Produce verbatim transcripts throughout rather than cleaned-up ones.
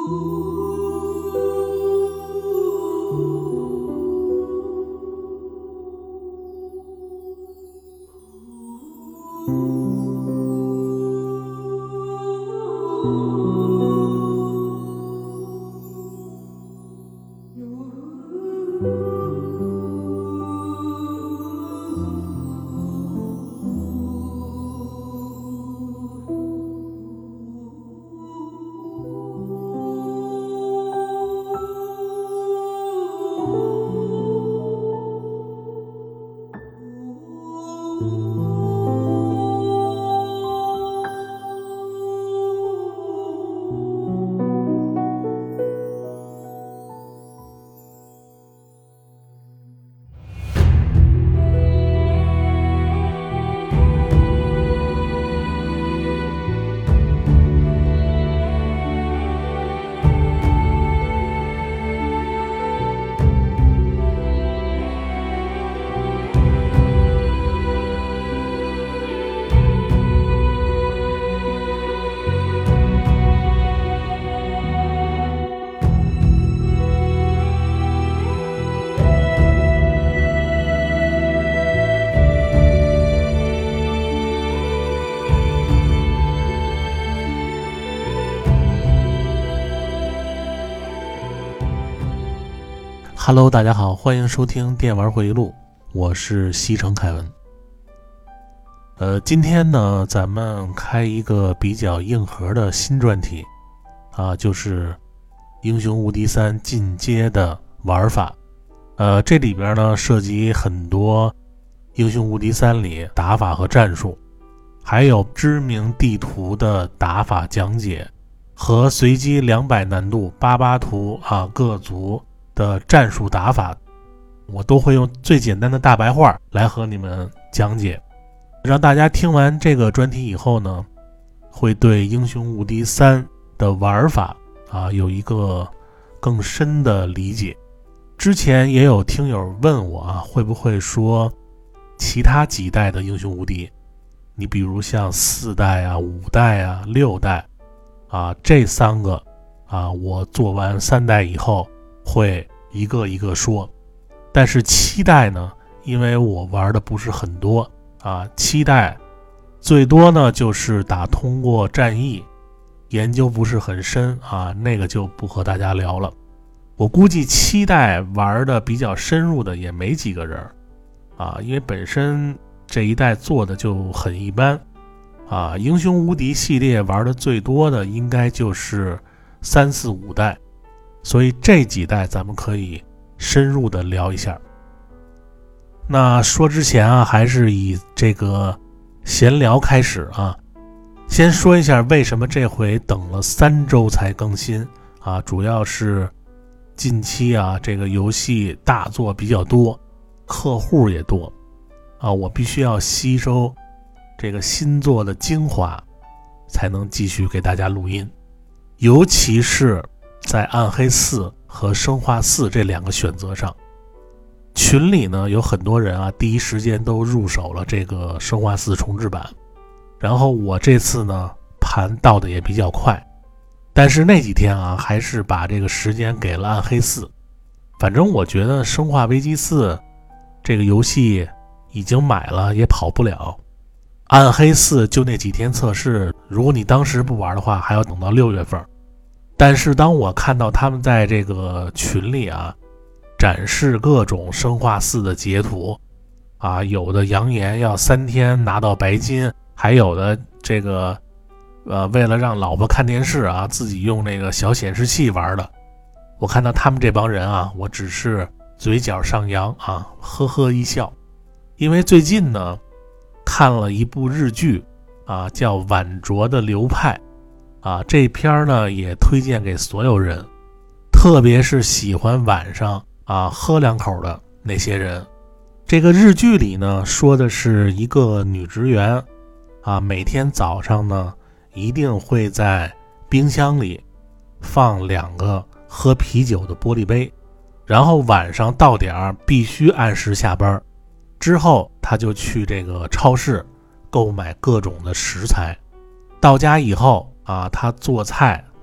Hello， 大家好，欢迎收听电玩回忆录，我是西城凯文。呃，今天呢，咱们开一个比较硬核的新专题啊，就是《英雄无敌三》进阶的玩法。呃，这里边呢涉及很多《英雄无敌三》里打法和战术，还有知名地图的打法讲解和随机两百难度八八图啊各族的战术打法，我都会用最简单的大白话来和你们讲解，让大家听完这个专题以后呢，会对英雄无敌三的玩法啊有一个更深的理解。之前也有听友问我啊，会不会说其他几代的英雄无敌，你比如像四代啊、五代啊、六代啊，这三个啊，我做完三代以后会一个一个说。但是七代呢，因为我玩的不是很多啊，七代最多呢就是打通过战役，研究不是很深啊，那个就不和大家聊了。我估计七代玩的比较深入的也没几个人啊，因为本身这一代做的就很一般啊。英雄无敌系列玩的最多的应该就是三四五代，所以这几代咱们可以深入的聊一下。那说之前啊，还是以这个闲聊开始啊。先说一下为什么这回等了三周才更新啊，主要是近期啊这个游戏大作比较多，客户也多啊，我必须要吸收这个新作的精华，才能继续给大家录音。尤其是在暗黑四和生化四这两个选择上，群里呢有很多人啊，第一时间都入手了这个生化四重制版，然后我这次呢盘到的也比较快，但是那几天啊还是把这个时间给了暗黑四。反正我觉得生化危机四这个游戏已经买了也跑不了，暗黑四就那几天测试，如果你当时不玩的话还要等到六月份。但是当我看到他们在这个群里啊展示各种生化四的截图啊，有的扬言要三天拿到白金，还有的这个呃为了让老婆看电视啊自己用那个小显示器玩的，我看到他们这帮人啊，我只是嘴角上扬啊，呵呵一笑。因为最近呢看了一部日剧啊，叫《晚酌的流派》啊，这片呢也推荐给所有人，特别是喜欢晚上啊喝两口的那些人。这个日剧里呢说的是一个女职员啊，每天早上呢一定会在冰箱里放两个喝啤酒的玻璃杯，然后晚上到点必须按时下班，之后他就去这个超市购买各种的食材，到家以后啊，他做菜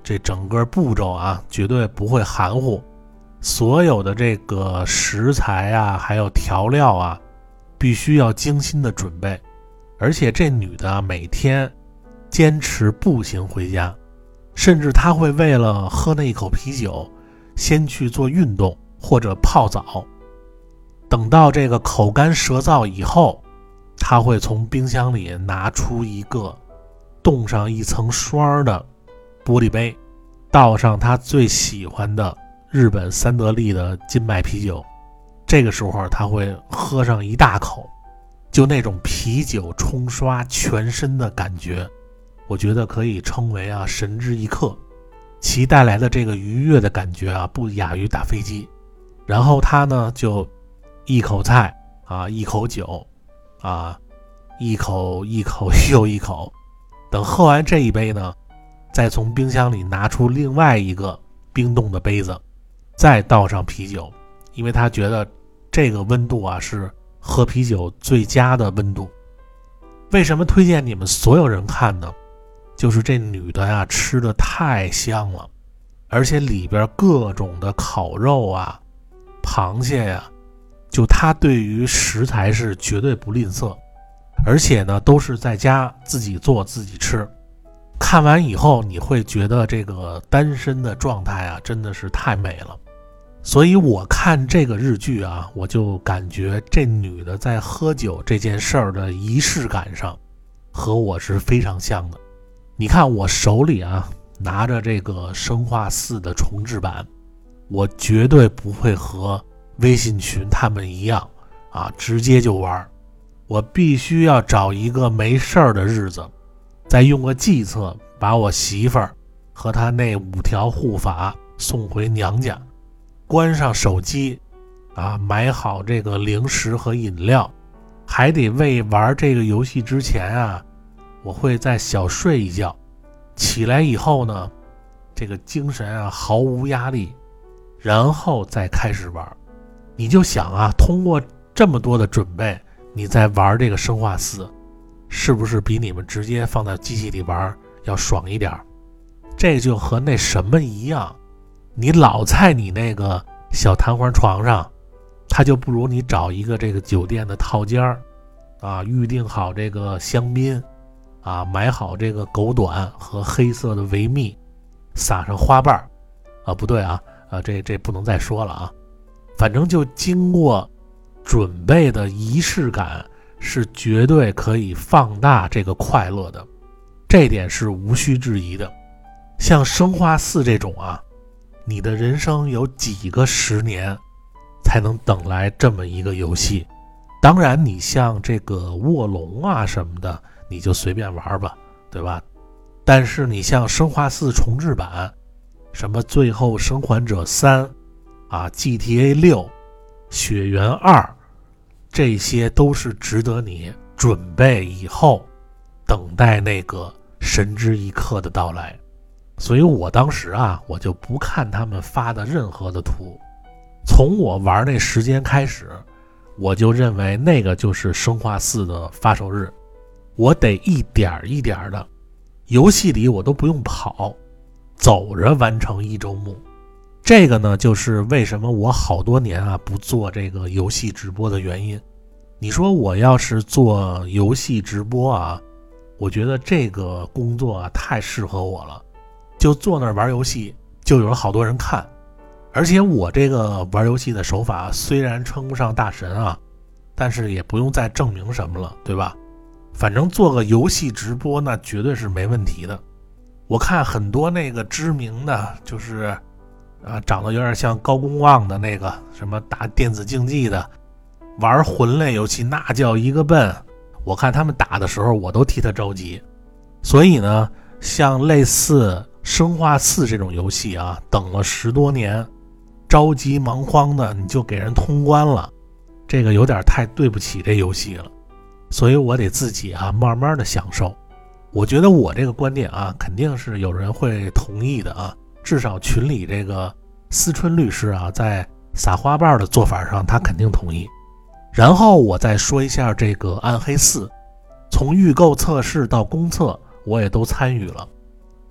这整个步骤啊绝对不会含糊，所有的这个食材啊还有调料啊必须要精心的准备。而且这女的啊每天坚持步行回家，甚至她会为了喝那一口啤酒先去做运动或者泡澡，等到这个口干舌燥以后，她会从冰箱里拿出一个冻上一层霜的玻璃杯，倒上她最喜欢的日本三得利的金麦啤酒，这个时候她会喝上一大口，就那种啤酒冲刷全身的感觉，我觉得可以称为啊神之一刻，其带来的这个愉悦的感觉啊不亚于打飞机。然后他呢就一口菜啊一口酒啊一口一口又一口，等喝完这一杯呢，再从冰箱里拿出另外一个冰冻的杯子，再倒上啤酒，因为他觉得这个温度啊是喝啤酒最佳的温度。为什么推荐你们所有人看呢？就是这女的呀吃的太香了，而且里边各种的烤肉啊螃蟹呀，就她对于食材是绝对不吝啬，而且呢都是在家自己做自己吃。看完以后你会觉得这个单身的状态啊真的是太美了。所以我看这个日剧啊，我就感觉这女的在喝酒这件事儿的仪式感上和我是非常像的。你看我手里啊拿着这个生化四的重制版，我绝对不会和微信群他们一样啊直接就玩，我必须要找一个没事儿的日子，再用个计策把我媳妇儿和她那五条护法送回娘家，关上手机啊，买好这个零食和饮料，还得为玩这个游戏之前啊，我会再小睡一觉，起来以后呢，这个精神啊毫无压力，然后再开始玩。你就想啊，通过这么多的准备，你再玩这个生化四，是不是比你们直接放在机器里玩要爽一点？这就和那什么一样，你老在你那个小弹簧床上，它就不如你找一个这个酒店的套间儿啊，预定好这个香槟啊，买好这个狗短和黑色的维密，撒上花瓣啊，不对啊，啊这这不能再说了啊，反正就经过准备的仪式感是绝对可以放大这个快乐的，这点是无需质疑的。像生化四这种啊，你的人生有几个十年才能等来这么一个游戏。当然你像这个卧龙啊什么的你就随便玩吧，对吧？但是你像生化四重制版，什么最后生还者三啊 G T A 六 雪原二，这些都是值得你准备以后等待那个神之一刻的到来。所以我当时啊，我就不看他们发的任何的图，从我玩那时间开始，我就认为那个就是生化四的发售日，我得一点一点的，游戏里我都不用跑，走着完成一周目。这个呢，就是为什么我好多年啊不做这个游戏直播的原因。你说我要是做游戏直播啊，我觉得这个工作啊太适合我了，就坐那儿玩游戏就有好多人看。而且我这个玩游戏的手法虽然称不上大神啊，但是也不用再证明什么了，对吧？反正做个游戏直播那绝对是没问题的。我看很多那个知名的就是啊，长得有点像高公望的那个什么打电子竞技的，玩魂类游戏那叫一个笨，我看他们打的时候我都替他着急。所以呢，像类似生化四这种游戏啊，等了十多年，着急忙慌的你就给人通关了，这个有点太对不起这游戏了。所以我得自己啊慢慢的享受。我觉得我这个观点啊肯定是有人会同意的啊，至少群里这个思春律师啊在撒花瓣的做法上他肯定同意。然后我再说一下这个暗黑四，从预购测试到公测我也都参与了。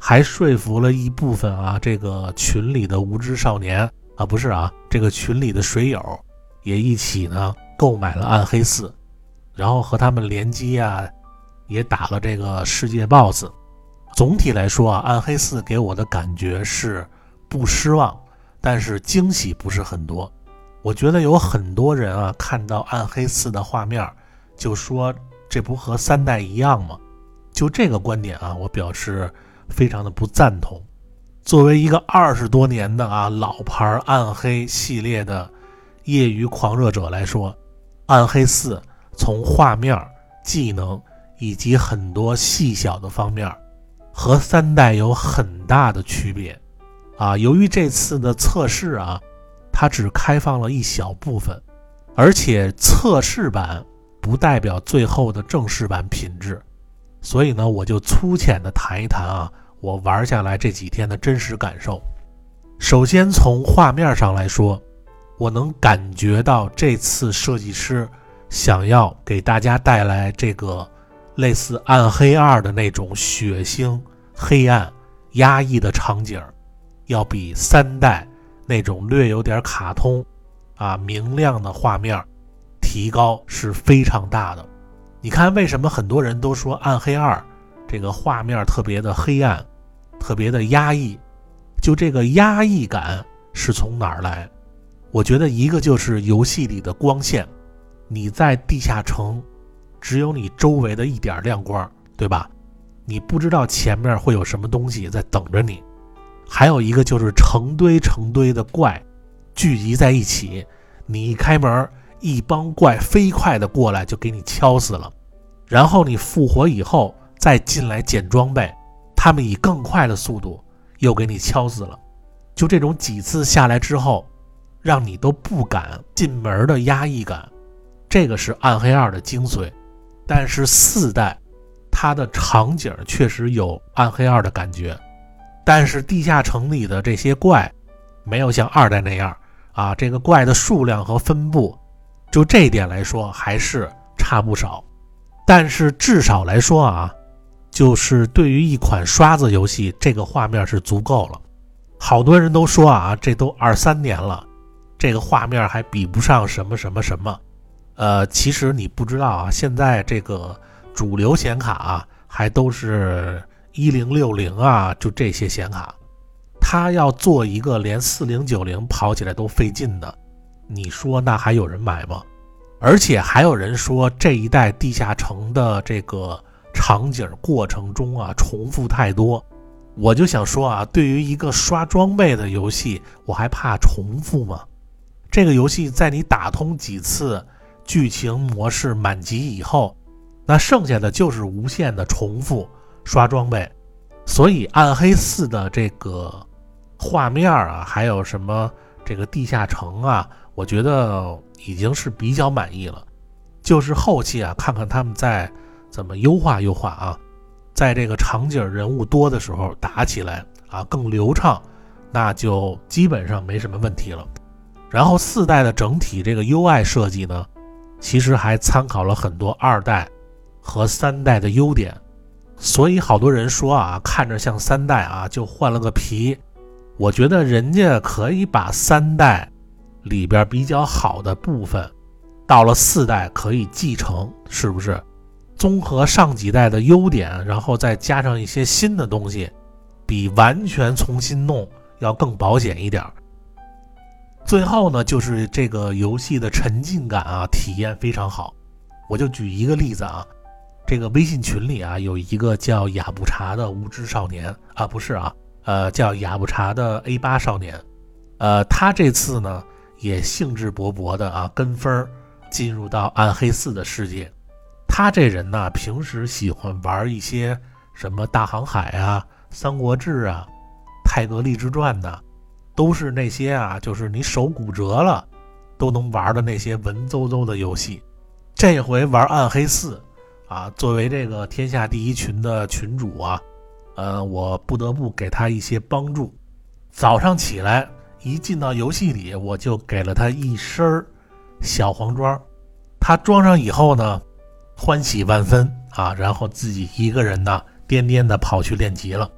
还说服了一部分啊这个群里的无知少年啊，不是啊，这个群里的水友也一起呢购买了暗黑四，然后和他们联机啊，也打了这个世界 boss。 总体来说啊，暗黑四给我的感觉是不失望，但是惊喜不是很多。我觉得有很多人啊看到暗黑四的画面就说这不和三代一样吗？就这个观点啊，我表示非常的不赞同。作为一个二十多年的啊老牌暗黑系列的业余狂热者来说，暗黑四从画面、技能以及很多细小的方面和三代有很大的区别啊。由于这次的测试啊，它只开放了一小部分，而且测试版不代表最后的正式版品质，所以呢，我就粗浅的谈一谈啊，我玩下来这几天的真实感受。首先从画面上来说，我能感觉到这次设计师想要给大家带来这个类似暗黑二的那种血腥、黑暗、压抑的场景，要比三代那种略有点卡通啊明亮的画面提高是非常大的。你看为什么很多人都说暗黑二这个画面特别的黑暗，特别的压抑？就这个压抑感是从哪儿来？我觉得一个就是游戏里的光线，你在地下城只有你周围的一点亮光，对吧？你不知道前面会有什么东西在等着你。还有一个就是成堆成堆的怪聚集在一起，你一开门，一帮怪飞快的过来就给你敲死了，然后你复活以后再进来捡装备，他们以更快的速度又给你敲死了。就这种几次下来之后，让你都不敢进门的压抑感，这个是暗黑二的精髓。但是四代它的场景确实有暗黑二的感觉，但是地下城里的这些怪没有像二代那样啊，这个怪的数量和分布，就这一点来说还是差不少。但是至少来说啊，就是对于一款刷子游戏，这个画面是足够了。好多人都说啊，这都二三年了，这个画面还比不上什么什么什么。呃，其实你不知道啊，现在这个主流显卡啊，还都是一零六零啊，就这些显卡，它要做一个连四零九零跑起来都费劲的，你说那还有人买吗？而且还有人说这一代地下城的这个场景过程中啊重复太多。我就想说啊，对于一个刷装备的游戏，我还怕重复吗？这个游戏在你打通几次剧情模式满级以后，那剩下的就是无限的重复刷装备。所以暗黑四的这个画面啊，还有什么这个地下城啊，我觉得已经是比较满意了。就是后期啊，看看他们在怎么优化优化啊，在这个场景人物多的时候打起来啊更流畅，那就基本上没什么问题了。然后四代的整体这个 U I 设计呢，其实还参考了很多二代和三代的优点，所以好多人说啊，看着像三代啊，就换了个皮。我觉得人家可以把三代里边比较好的部分到了四代可以继承，是不是？综合上几代的优点，然后再加上一些新的东西，比完全重新弄要更保险一点。最后呢，就是这个游戏的沉浸感啊，体验非常好。我就举一个例子啊，这个微信群里啊，有一个叫雅布茶的无知少年啊，不是啊，呃，叫雅布茶的 A 八 少年，呃，他这次呢也兴致勃勃的啊跟风进入到暗黑四的世界。他这人呢，平时喜欢玩一些什么大航海啊、三国志啊、泰格励志传的，都是那些啊，就是你手骨折了都能玩的那些文绉绉的游戏。这回玩暗黑四啊，作为这个天下第一群的群主啊，呃，我不得不给他一些帮助。早上起来一进到游戏里，我就给了他一身小黄装，他装上以后呢，欢喜万分啊，然后自己一个人呢颠颠的跑去练级了。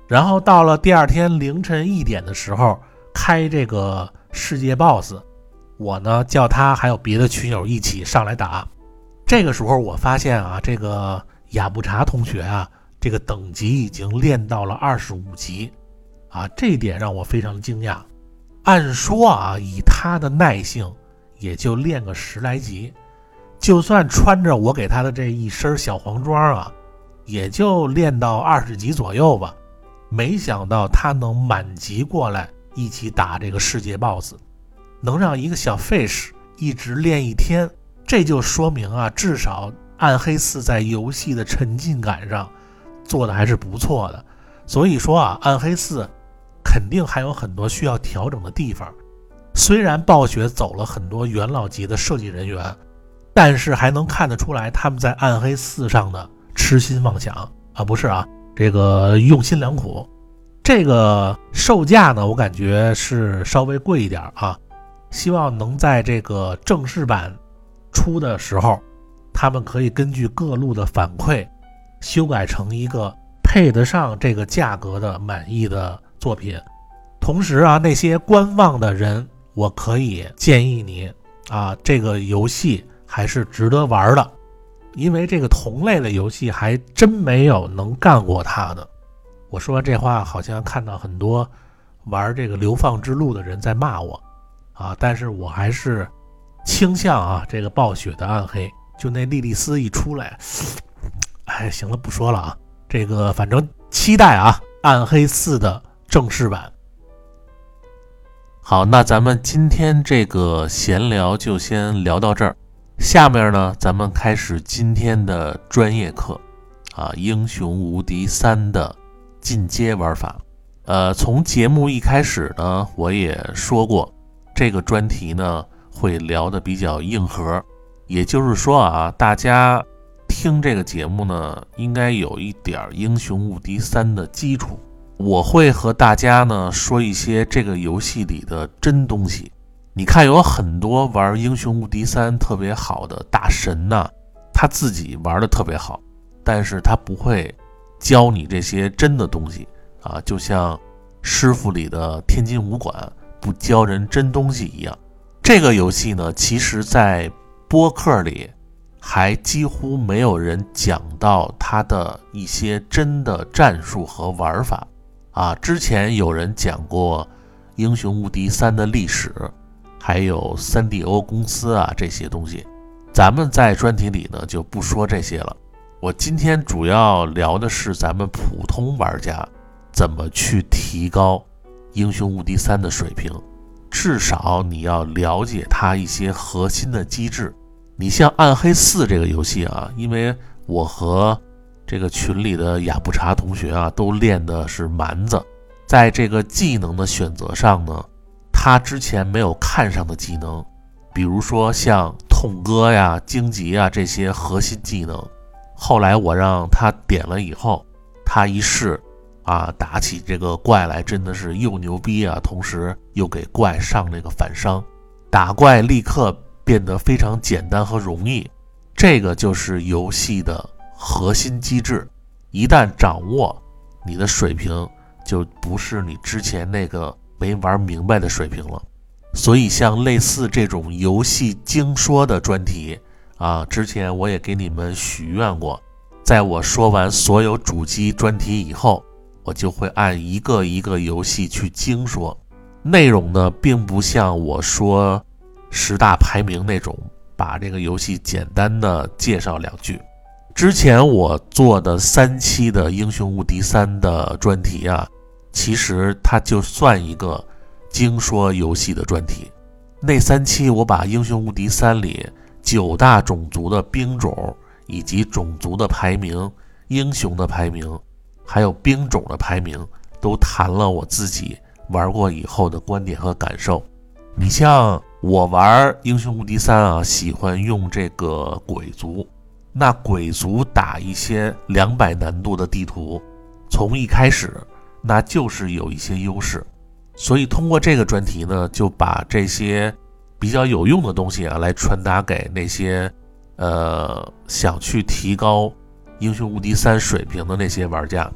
然后到了第二天凌晨一点的时候开这个世界 boss， 我呢叫他还有别的群友一起上来打。这个时候我发现啊，这个雅布查同学啊，这个等级已经练到了二十五级啊，这一点让我非常惊讶。按说啊，以他的耐性也就练个十来级，就算穿着我给他的这一身小黄装啊，也就练到二十级左右吧。没想到他能满级过来一起打这个世界 boss， 能让一个小 fish 一直练一天，这就说明啊，至少暗黑四在游戏的沉浸感上做的还是不错的。所以说啊，暗黑四肯定还有很多需要调整的地方。虽然暴雪走了很多元老级的设计人员，但是还能看得出来他们在暗黑四上的痴心妄想啊，不是啊，这个用心良苦。这个售价呢，我感觉是稍微贵一点啊，希望能在这个正式版出的时候，他们可以根据各路的反馈修改成一个配得上这个价格的满意的作品。同时啊，那些观望的人，我可以建议你啊，这个游戏还是值得玩的，因为这个同类的游戏还真没有能干过它的。我说这话好像看到很多玩这个流放之路的人在骂我啊，但是我还是倾向啊这个暴雪的暗黑。就那莉莉丝一出来，哎，行了，不说了啊，这个反正期待啊暗黑四的正式版。好，那咱们今天这个闲聊就先聊到这儿。下面呢，咱们开始今天的专业课啊，英雄无敌三的进阶玩法。呃，从节目一开始呢，我也说过，这个专题呢会聊得比较硬核，也就是说啊，大家听这个节目呢，应该有一点英雄无敌三的基础。我会和大家呢说一些这个游戏里的真东西。你看有很多玩英雄无敌三特别好的大神呐、啊，他自己玩的特别好，但是他不会教你这些真的东西啊，就像师傅里的天津武馆不教人真东西一样。这个游戏呢，其实在播客里还几乎没有人讲到它的一些真的战术和玩法啊。之前有人讲过英雄无敌三的历史，还有 三 D O 公司啊这些东西，咱们在专题里呢就不说这些了。我今天主要聊的是咱们普通玩家怎么去提高英雄无敌三的水平，至少你要了解它一些核心的机制。你像暗黑四这个游戏啊，因为我和这个群里的雅布查同学啊都练的是蛮子，在这个技能的选择上呢，他之前没有看上的技能，比如说像痛歌呀、荆棘啊这些核心技能，后来我让他点了以后，他一试啊，打起这个怪来真的是又牛逼啊，同时又给怪上那个反伤，打怪立刻变得非常简单和容易。这个就是游戏的核心机制，一旦掌握，你的水平就不是你之前那个没玩明白的水平了。所以像类似这种游戏精说的专题啊，之前我也给你们许愿过，在我说完所有主机专题以后，我就会按一个一个游戏去精说。内容呢，并不像我说十大排名那种，把这个游戏简单的介绍两句。之前我做的三期的英雄无敌三的专题啊，其实它就算一个精说游戏的专题。那三期我把英雄无敌三里九大种族的兵种以及种族的排名、英雄的排名还有兵种的排名都谈了我自己玩过以后的观点和感受。你像我玩英雄无敌三啊，喜欢用这个鬼族，那鬼族打一些两百难度的地图，从一开始那就是有一些优势。所以通过这个专题呢，就把这些比较有用的东西啊，来传达给那些呃想去提高英雄无敌三水平的那些玩家。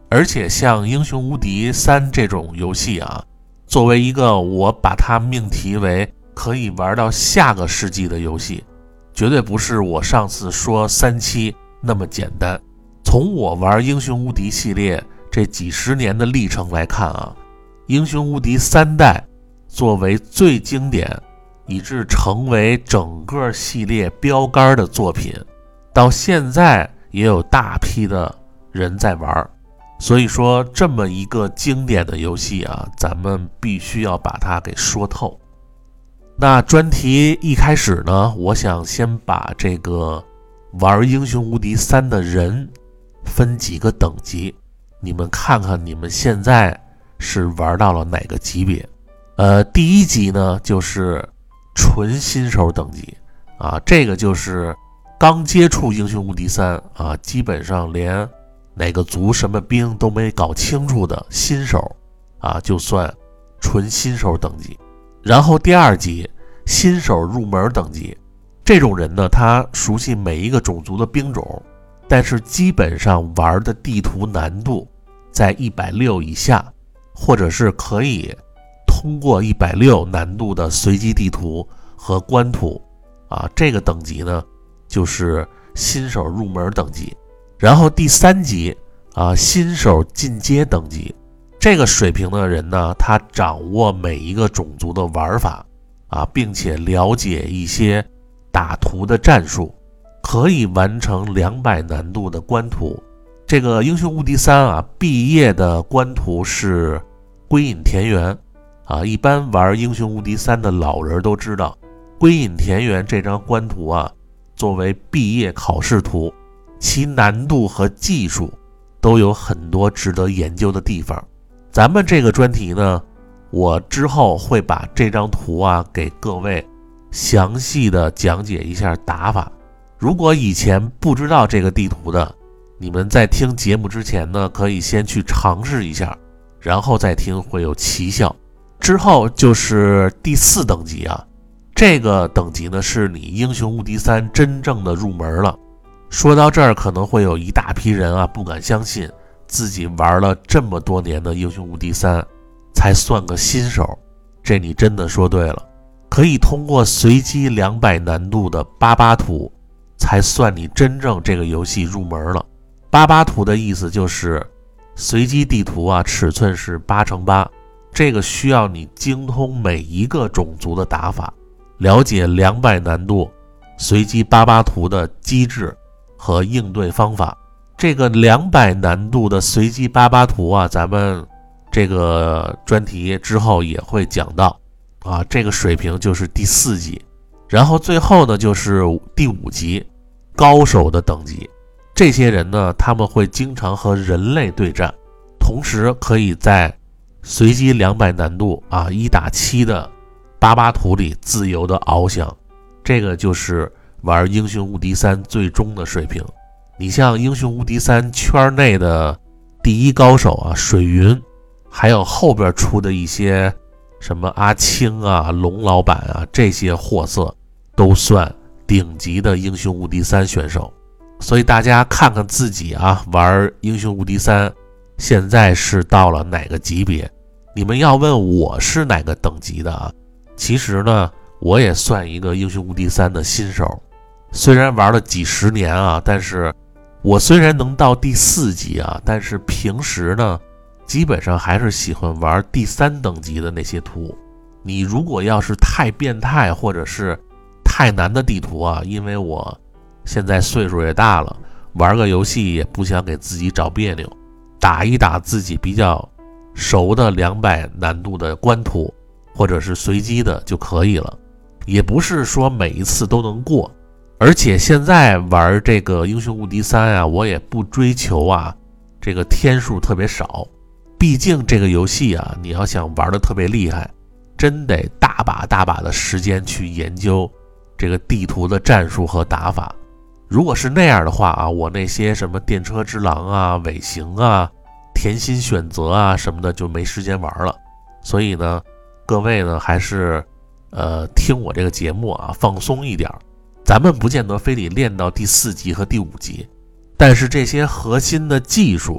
而且像英雄无敌三这种游戏啊，作为一个我把它命题为可以玩到下个世纪的游戏，绝对不是我上次说三期那么简单。从我玩英雄无敌系列这几十年的历程来看啊，英雄无敌三代作为最经典以致成为整个系列标杆的作品，到现在也有大批的人在玩。所以说这么一个经典的游戏啊，咱们必须要把它给说透。那专题一开始呢，我想先把这个玩英雄无敌三的人分几个等级，你们看看你们现在是玩到了哪个级别。呃，第一级呢就是纯新手等级啊，这个就是刚接触英雄无敌三啊，基本上连哪个族什么兵都没搞清楚的新手啊，就算纯新手等级。然后第二级新手入门等级，这种人呢，他熟悉每一个种族的兵种，但是基本上玩的地图难度在一百六以下，或者是可以通过一百六难度的随机地图和官图啊，这个等级呢就是新手入门等级。然后第三级啊，新手进阶等级，这个水平的人呢，他掌握每一个种族的玩法啊，并且了解一些打图的战术，可以完成两百难度的官图。这个英雄无敌三啊，毕业的官图是归隐田园啊，一般玩英雄无敌三的老人都知道，归隐田园这张官图啊，作为毕业考试图，其难度和技术都有很多值得研究的地方。咱们这个专题呢，我之后会把这张图啊给各位详细的讲解一下打法。如果以前不知道这个地图的，你们在听节目之前呢，可以先去尝试一下，然后再听会有奇效。之后就是第四等级啊，这个等级呢是你英雄无敌三真正的入门了。说到这儿，可能会有一大批人啊不敢相信自己玩了这么多年的英雄无敌三才算个新手。这你真的说对了，可以通过随机两百难度的八八图才算你真正这个游戏入门了。八八图的意思就是随机地图啊，尺寸是八乘八，这个需要你精通每一个种族的打法，了解两百难度随机八八图的机制和应对方法。这个两百难度的随机八八图啊，咱们这个专题之后也会讲到啊，这个水平就是第四级。然后最后呢就是第五级高手的等级，这些人呢他们会经常和人类对战，同时可以在随机两百难度啊一打七的八八图里自由的翱翔，这个就是玩英雄无敌三最终的水平。你像英雄无敌三圈内的第一高手啊，水云，还有后边出的一些什么阿青啊、龙老板啊，这些货色都算顶级的英雄无敌三选手。所以大家看看自己啊，玩英雄无敌三现在是到了哪个级别。你们要问我是哪个等级的啊，其实呢我也算一个英雄无敌三的新手，虽然玩了几十年啊，但是我虽然能到第四级啊，但是平时呢基本上还是喜欢玩第三等级的那些图。你如果要是太变态或者是太难的地图啊，因为我现在岁数也大了，玩个游戏也不想给自己找别扭，打一打自己比较熟的两百难度的官图或者是随机的就可以了，也不是说每一次都能过。而且现在玩这个英雄无敌三啊，我也不追求啊这个天数特别少，毕竟这个游戏啊，你要想玩的特别厉害，真得大把大把的时间去研究这个地图的战术和打法。如果是那样的话啊，我那些什么电车之狼啊、尾行啊、甜心选择啊什么的就没时间玩了。所以呢，各位呢还是呃听我这个节目啊，放松一点。咱们不见得非得练到第四级和第五级，但是这些核心的技术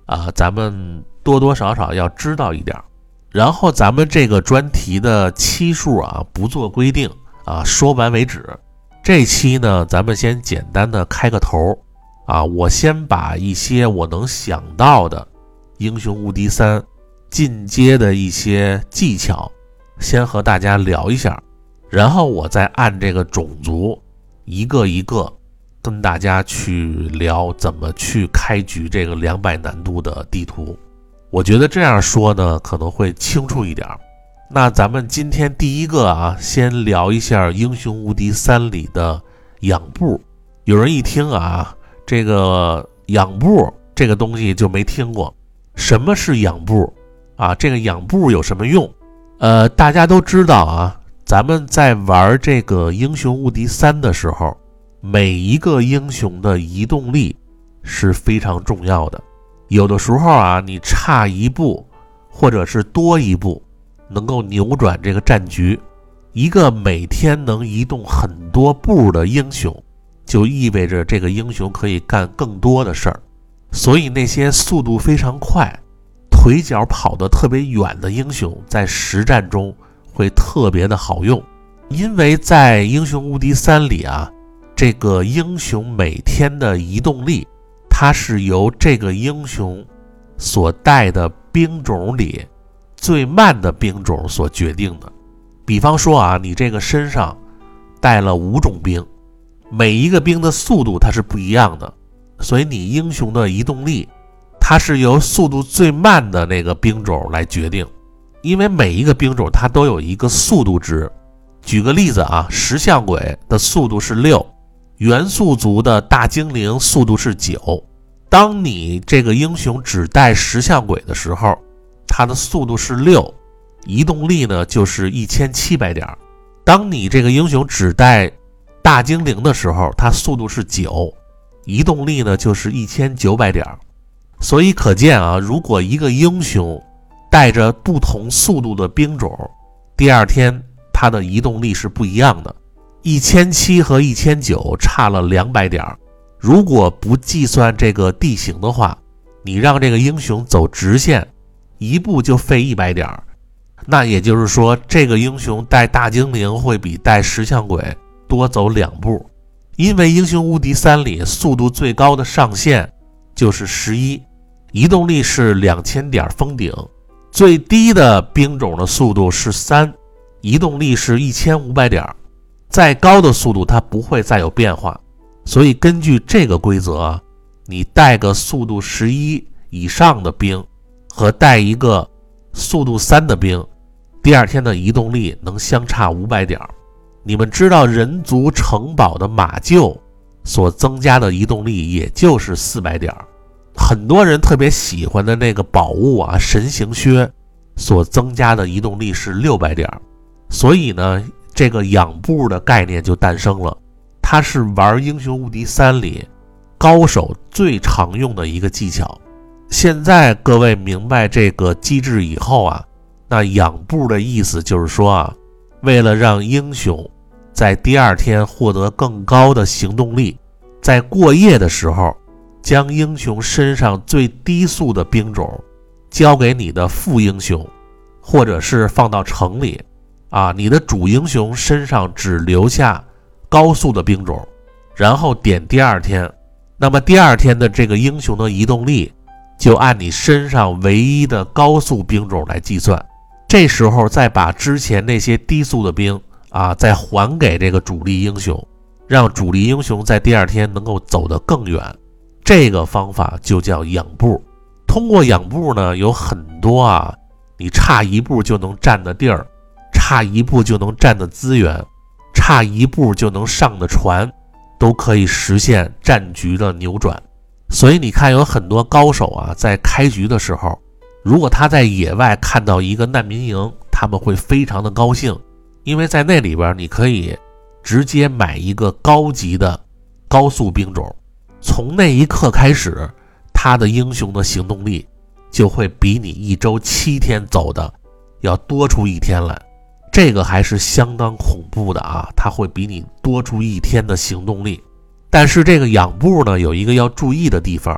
啊，咱们多多少少要知道一点。然后咱们这个专题的期数啊不做规定啊，说完为止。这期呢咱们先简单的开个头啊，我先把一些我能想到的英雄无敌三进阶的一些技巧先和大家聊一下，然后我再按这个种族一个一个跟大家去聊怎么去开局这个两百难度的地图。我觉得这样说呢可能会清楚一点。那咱们今天第一个啊，先聊一下英雄无敌三里的养步。有人一听啊，这个养步这个东西就没听过，什么是养步啊？这个养步有什么用？呃，大家都知道啊，咱们在玩这个英雄无敌三的时候，每一个英雄的移动力是非常重要的。有的时候啊，你差一步或者是多一步能够扭转这个战局。一个每天能移动很多步的英雄，就意味着这个英雄可以干更多的事儿。所以那些速度非常快腿脚跑得特别远的英雄在实战中会特别的好用。因为在英雄无敌三里啊，这个英雄每天的移动力它是由这个英雄所带的兵种里最慢的兵种所决定的。比方说啊，你这个身上带了五种兵，每一个兵的速度它是不一样的，所以你英雄的移动力它是由速度最慢的那个兵种来决定。因为每一个兵种它都有一个速度值。举个例子啊，石像鬼的速度是六，元素族的大精灵速度是九。当你这个英雄只带石像鬼的时候，它的速度是六，移动力呢就是一千七百点。当你这个英雄只带大精灵的时候，它速度是九，移动力呢就是一千九百点。所以可见啊，如果一个英雄带着不同速度的兵种，第二天它的移动力是不一样的。一千七和一千九差了两百点。如果不计算这个地形的话，你让这个英雄走直线，一步就费一百点。那也就是说，这个英雄带大精灵会比带石像鬼多走两步。因为英雄无敌三里速度最高的上限就是十一，移动力是两千点封顶。最低的兵种的速度是三，移动力是一千五百点。再高的速度它不会再有变化。所以根据这个规则啊，你带个速度十一以上的兵和带一个速度三的兵，第二天的移动力能相差五百点。你们知道人族城堡的马厩所增加的移动力也就是四百点。很多人特别喜欢的那个宝物啊，神行靴所增加的移动力是六百点。所以呢，这个养步的概念就诞生了。它是玩英雄无敌三里高手最常用的一个技巧。现在各位明白这个机制以后啊，那养步的意思就是说啊，为了让英雄在第二天获得更高的行动力，在过夜的时候将英雄身上最低速的兵种交给你的副英雄，或者是放到城里啊，你的主英雄身上只留下高速的兵种，然后点第二天，那么第二天的这个英雄的移动力就按你身上唯一的高速兵种来计算。这时候再把之前那些低速的兵啊再还给这个主力英雄，让主力英雄在第二天能够走得更远。这个方法就叫养步。通过养步呢，有很多啊你差一步就能占的地儿，差一步就能占的资源，差一步就能上的船，都可以实现战局的扭转。所以你看有很多高手啊，在开局的时候，如果他在野外看到一个难民营，他们会非常的高兴，因为在那里边你可以直接买一个高级的高速兵种，从那一刻开始，他的英雄的行动力就会比你一周七天走的要多出一天来。这个还是相当恐怖的啊，它会比你多出一天的行动力。但是这个养步呢，有一个要注意的地方，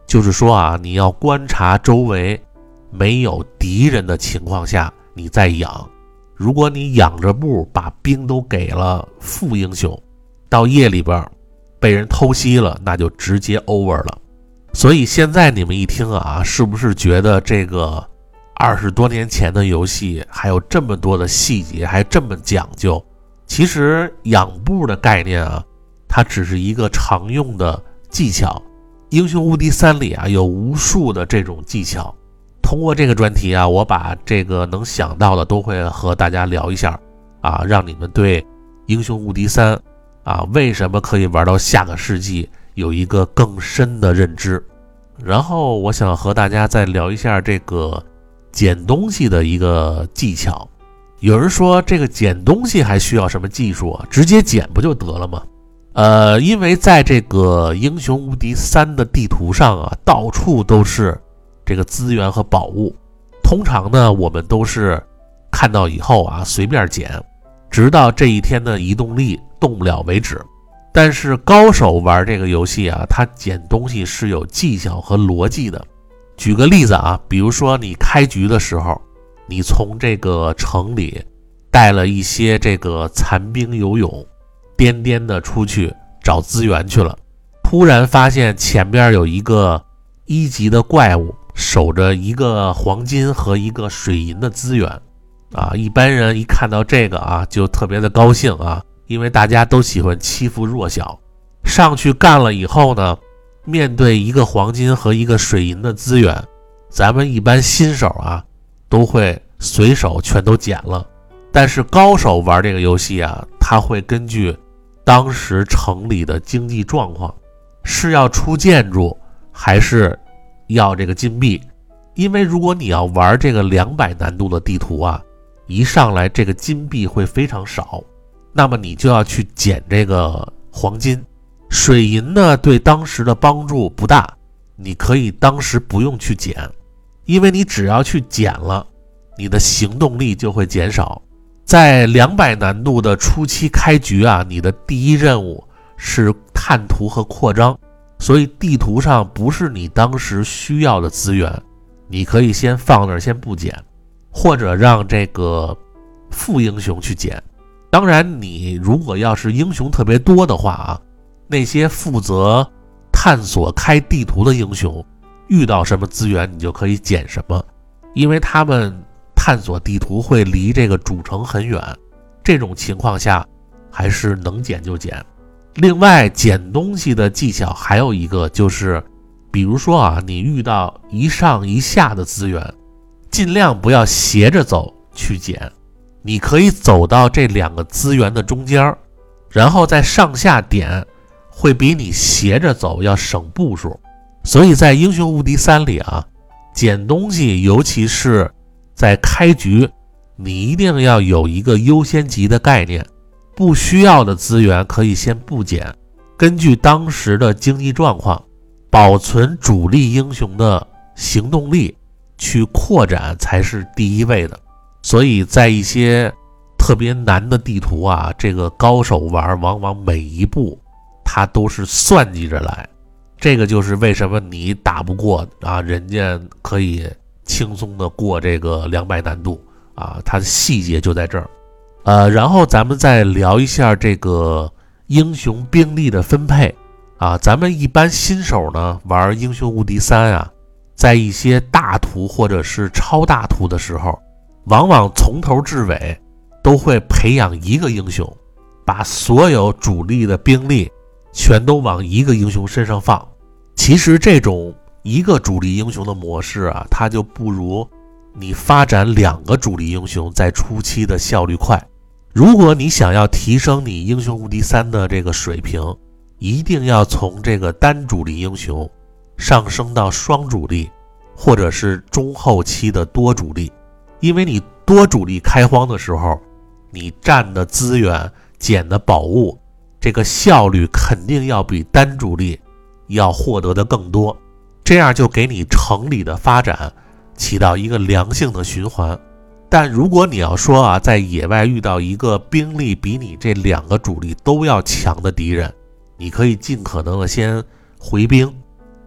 就是说啊，你要观察周围没有敌人的情况下你再养。如果你养着步把兵都给了副英雄，到夜里边被人偷袭了，那就直接 over 了。所以现在你们一听啊，是不是觉得这个二十多年前的游戏还有这么多的细节，还这么讲究？其实养步的概念啊，它只是一个常用的技巧。英雄无敌三里啊，有无数的这种技巧。通过这个专题啊，我把这个能想到的都会和大家聊一下啊，让你们对英雄无敌三啊为什么可以玩到下个世纪有一个更深的认知。然后我想和大家再聊一下这个捡东西的一个技巧。有人说这个捡东西还需要什么技术啊？直接捡不就得了吗？呃，因为在这个英雄无敌三的地图上啊，到处都是这个资源和宝物。通常呢，我们都是看到以后啊，随便捡，直到这一天的移动力动不了为止。但是高手玩这个游戏啊，他捡东西是有技巧和逻辑的。举个例子啊，比如说你开局的时候，你从这个城里带了一些这个残兵游勇，颠颠的出去找资源去了，突然发现前边有一个一级的怪物守着一个黄金和一个水银的资源啊，一般人一看到这个啊就特别的高兴啊，因为大家都喜欢欺负弱小。上去干了以后呢，面对一个黄金和一个水银的资源，咱们一般新手啊都会随手全都捡了。但是高手玩这个游戏啊，他会根据当时城里的经济状况，是要出建筑还是要这个金币。因为如果你要玩这个两百难度的地图啊，一上来这个金币会非常少，那么你就要去捡这个黄金。水银呢，对当时的帮助不大，你可以当时不用去捡，因为你只要去捡了，你的行动力就会减少。在两百难度的初期开局啊，你的第一任务是探图和扩张，所以地图上不是你当时需要的资源，你可以先放那儿先不捡，或者让这个副英雄去捡。当然你如果要是英雄特别多的话啊，那些负责探索开地图的英雄遇到什么资源你就可以捡什么，因为他们探索地图会离这个主城很远，这种情况下还是能捡就捡。另外捡东西的技巧还有一个就是，比如说啊，你遇到一上一下的资源，尽量不要斜着走去捡，你可以走到这两个资源的中间，然后再上下点，会比你斜着走要省步数。所以在英雄无敌三里啊，捡东西尤其是在开局，你一定要有一个优先级的概念，不需要的资源可以先不捡，根据当时的经济状况，保存主力英雄的行动力去扩展才是第一位的。所以在一些特别难的地图啊，这个高手玩往往每一步他都是算计着来，这个就是为什么你打不过啊，人家可以轻松的过这个两百难度啊，它的细节就在这儿。呃，然后咱们再聊一下这个英雄兵力的分配啊，咱们一般新手呢玩英雄无敌三啊，在一些大图或者是超大图的时候，往往从头至尾都会培养一个英雄，把所有主力的兵力全都往一个英雄身上放。其实这种一个主力英雄的模式啊，它就不如你发展两个主力英雄在初期的效率快。如果你想要提升你英雄无敌三的这个水平，一定要从这个单主力英雄上升到双主力，或者是中后期的多主力。因为你多主力开荒的时候，你占的资源捡的宝物，这个效率肯定要比单主力要获得的更多，这样就给你城里的发展起到一个良性的循环。但如果你要说啊，在野外遇到一个兵力比你这两个主力都要强的敌人，你可以尽可能的先回兵，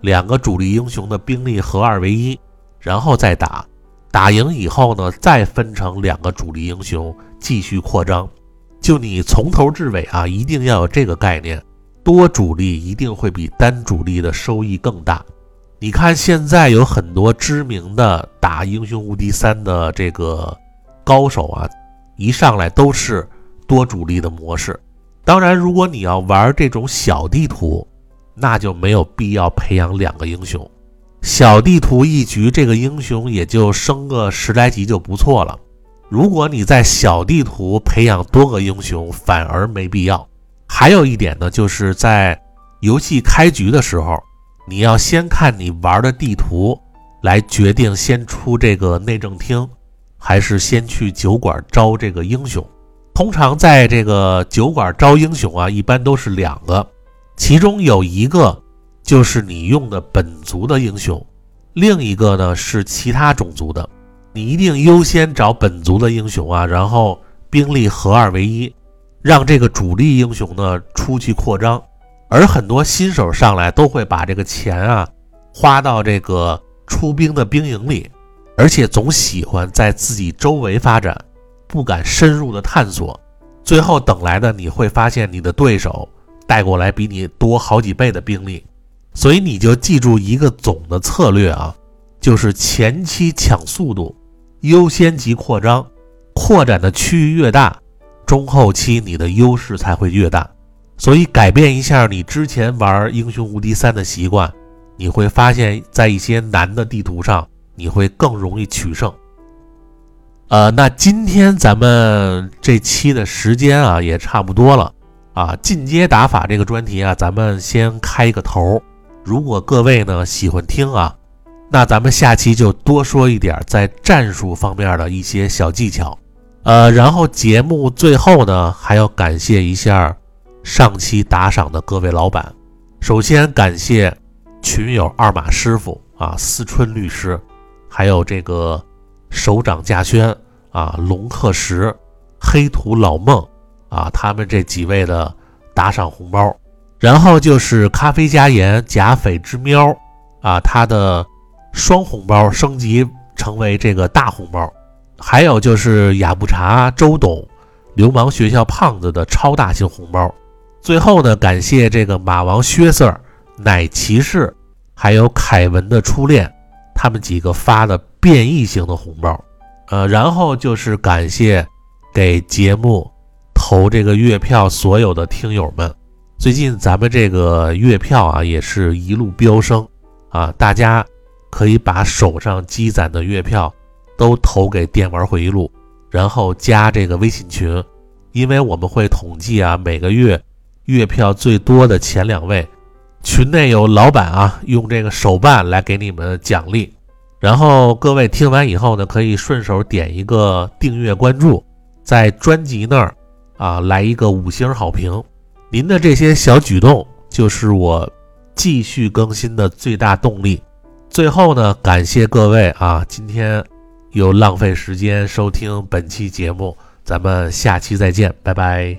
两个主力英雄的兵力合二为一，然后再打，打赢以后呢，再分成两个主力英雄继续扩张。就你从头至尾啊，一定要有这个概念，多主力一定会比单主力的收益更大。你看现在有很多知名的打英雄无敌三的这个高手啊，一上来都是多主力的模式。当然如果你要玩这种小地图，那就没有必要培养两个英雄，小地图一局这个英雄也就升个十来级就不错了。如果你在小地图培养多个英雄，反而没必要。还有一点呢，就是在游戏开局的时候，你要先看你玩的地图来决定先出这个内政厅还是先去酒馆招这个英雄。通常在这个酒馆招英雄啊，一般都是两个，其中有一个就是你用的本族的英雄，另一个呢是其他种族的。你一定优先找本族的英雄啊，然后兵力合二为一，让这个主力英雄呢出去扩张。而很多新手上来都会把这个钱啊花到这个出兵的兵营里，而且总喜欢在自己周围发展，不敢深入的探索，最后等来的你会发现你的对手带过来比你多好几倍的兵力。所以你就记住一个总的策略啊，就是前期抢速度，优先级扩张，扩展的区域越大，中后期你的优势才会越大。所以改变一下你之前玩英雄无敌三的习惯，你会发现在一些难的地图上你会更容易取胜。呃，那今天咱们这期的时间啊也差不多了啊，进阶打法这个专题啊，咱们先开个头。如果各位呢喜欢听啊，那咱们下期就多说一点在战术方面的一些小技巧。呃，然后节目最后呢还要感谢一下上期打赏的各位老板。首先感谢群友二马师傅啊，思春律师，还有这个首长稼轩啊，龙克石，黑土老孟啊，他们这几位的打赏红包。然后就是咖啡加盐假匪之喵啊，他的双红包升级成为这个大红包。还有就是雅布茶周董流氓学校胖子的超大型红包。最后呢，感谢这个马王薛 Sir、 奶骑士还有凯文的初恋，他们几个发的变异型的红包。呃，然后就是感谢给节目投这个月票所有的听友们。最近咱们这个月票啊也是一路飙升啊，大家可以把手上积攒的月票都投给电玩回忆录，然后加这个微信群，因为我们会统计啊每个月月票最多的前两位，群内有老板啊用这个手办来给你们奖励。然后各位听完以后呢，可以顺手点一个订阅关注，在专辑那儿啊来一个五星好评。您的这些小举动就是我继续更新的最大动力。最后呢，感谢各位啊，今天又浪费时间收听本期节目，咱们下期再见，拜拜。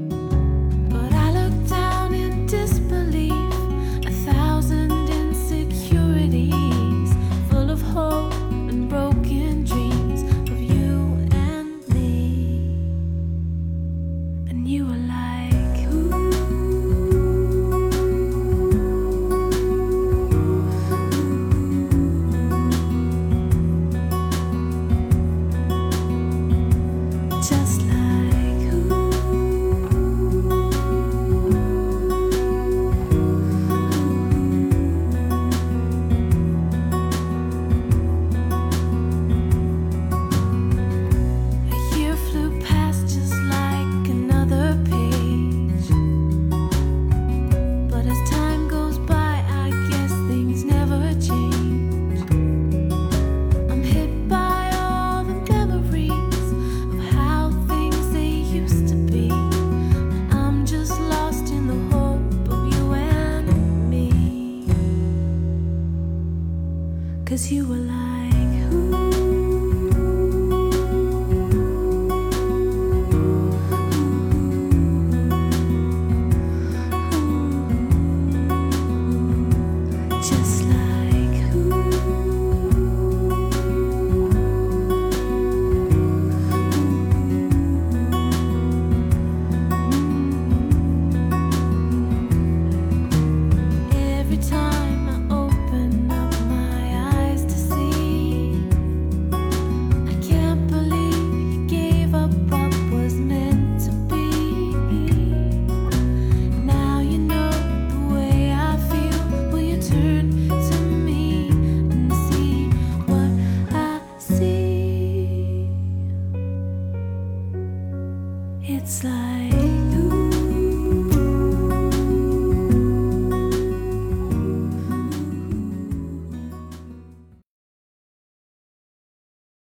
But I looked down in disbelief, a thousand insecurities 'cause you were lying.